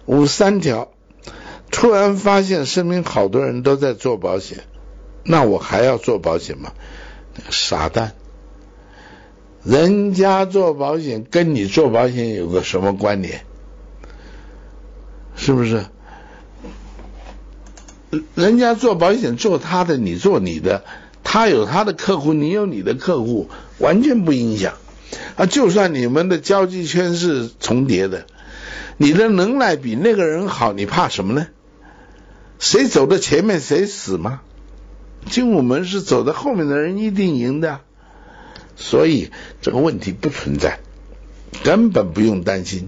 53条，突然发现身边好多人都在做保险，那我还要做保险吗？傻蛋，人家做保险跟你做保险有个什么关联？是不是？人家做保险做他的，你做你的，他有他的客户，你有你的客户，完全不影响啊。就算你们的交际圈是重叠的，你的能耐比那个人好，你怕什么呢？谁走在前面谁死吗？精武门是走在后面的人一定赢的，所以这个问题不存在，根本不用担心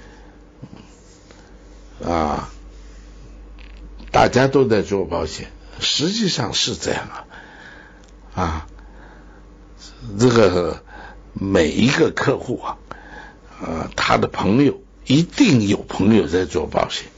啊。大家都在做保险，实际上是这样啊。这个每一个客户他的朋友一定有朋友在做保险，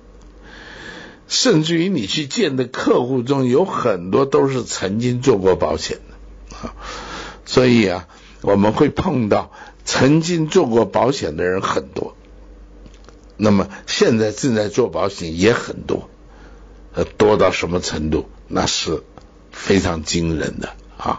甚至于你去见的客户中有很多都是曾经做过保险的所以我们会碰到曾经做过保险的人很多，那么现在正在做保险也很多，多到什么程度？那是非常惊人的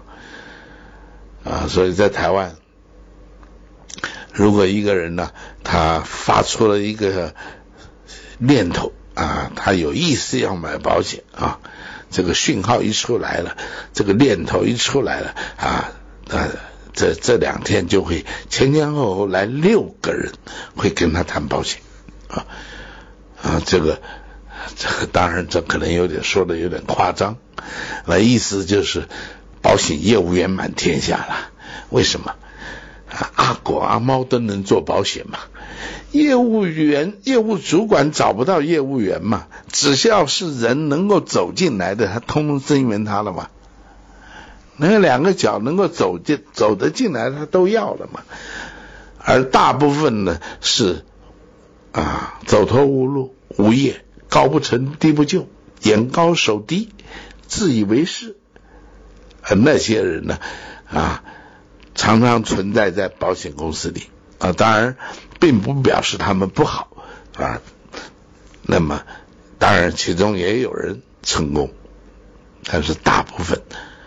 所以在台湾，如果一个人呢，他发出了一个念头他有意思要买保险这个讯号一出来了，这个念头一出来了这2天就会前后来6个人会跟他谈保险这个当然这可能说的有点夸张，那意思就是保险业务员满天下了。为什么？阿狗阿猫都能做保险嘛，业务主管找不到业务员嘛，只要是人能够走进来的，他通通增援他了嘛，那2个脚能够走得进来他都要了嘛。而大部分呢是走投无路，无业，高不成低不就，眼高手低，自以为是那些人呢常常存在在保险公司里当然并不表示他们不好那么当然其中也有人成功，但是大部分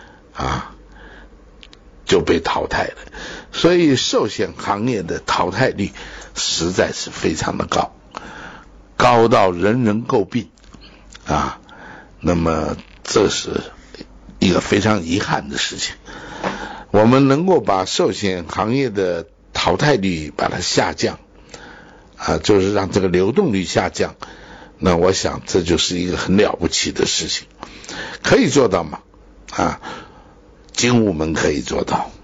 就被淘汰了。所以寿险行业的淘汰率实在是非常的高到人人诟病那么这是一个非常遗憾的事情。我们能够把寿险行业的淘汰率把它下降就是让这个流动率下降，那我想这就是一个很了不起的事情。可以做到吗？精武门可以做到。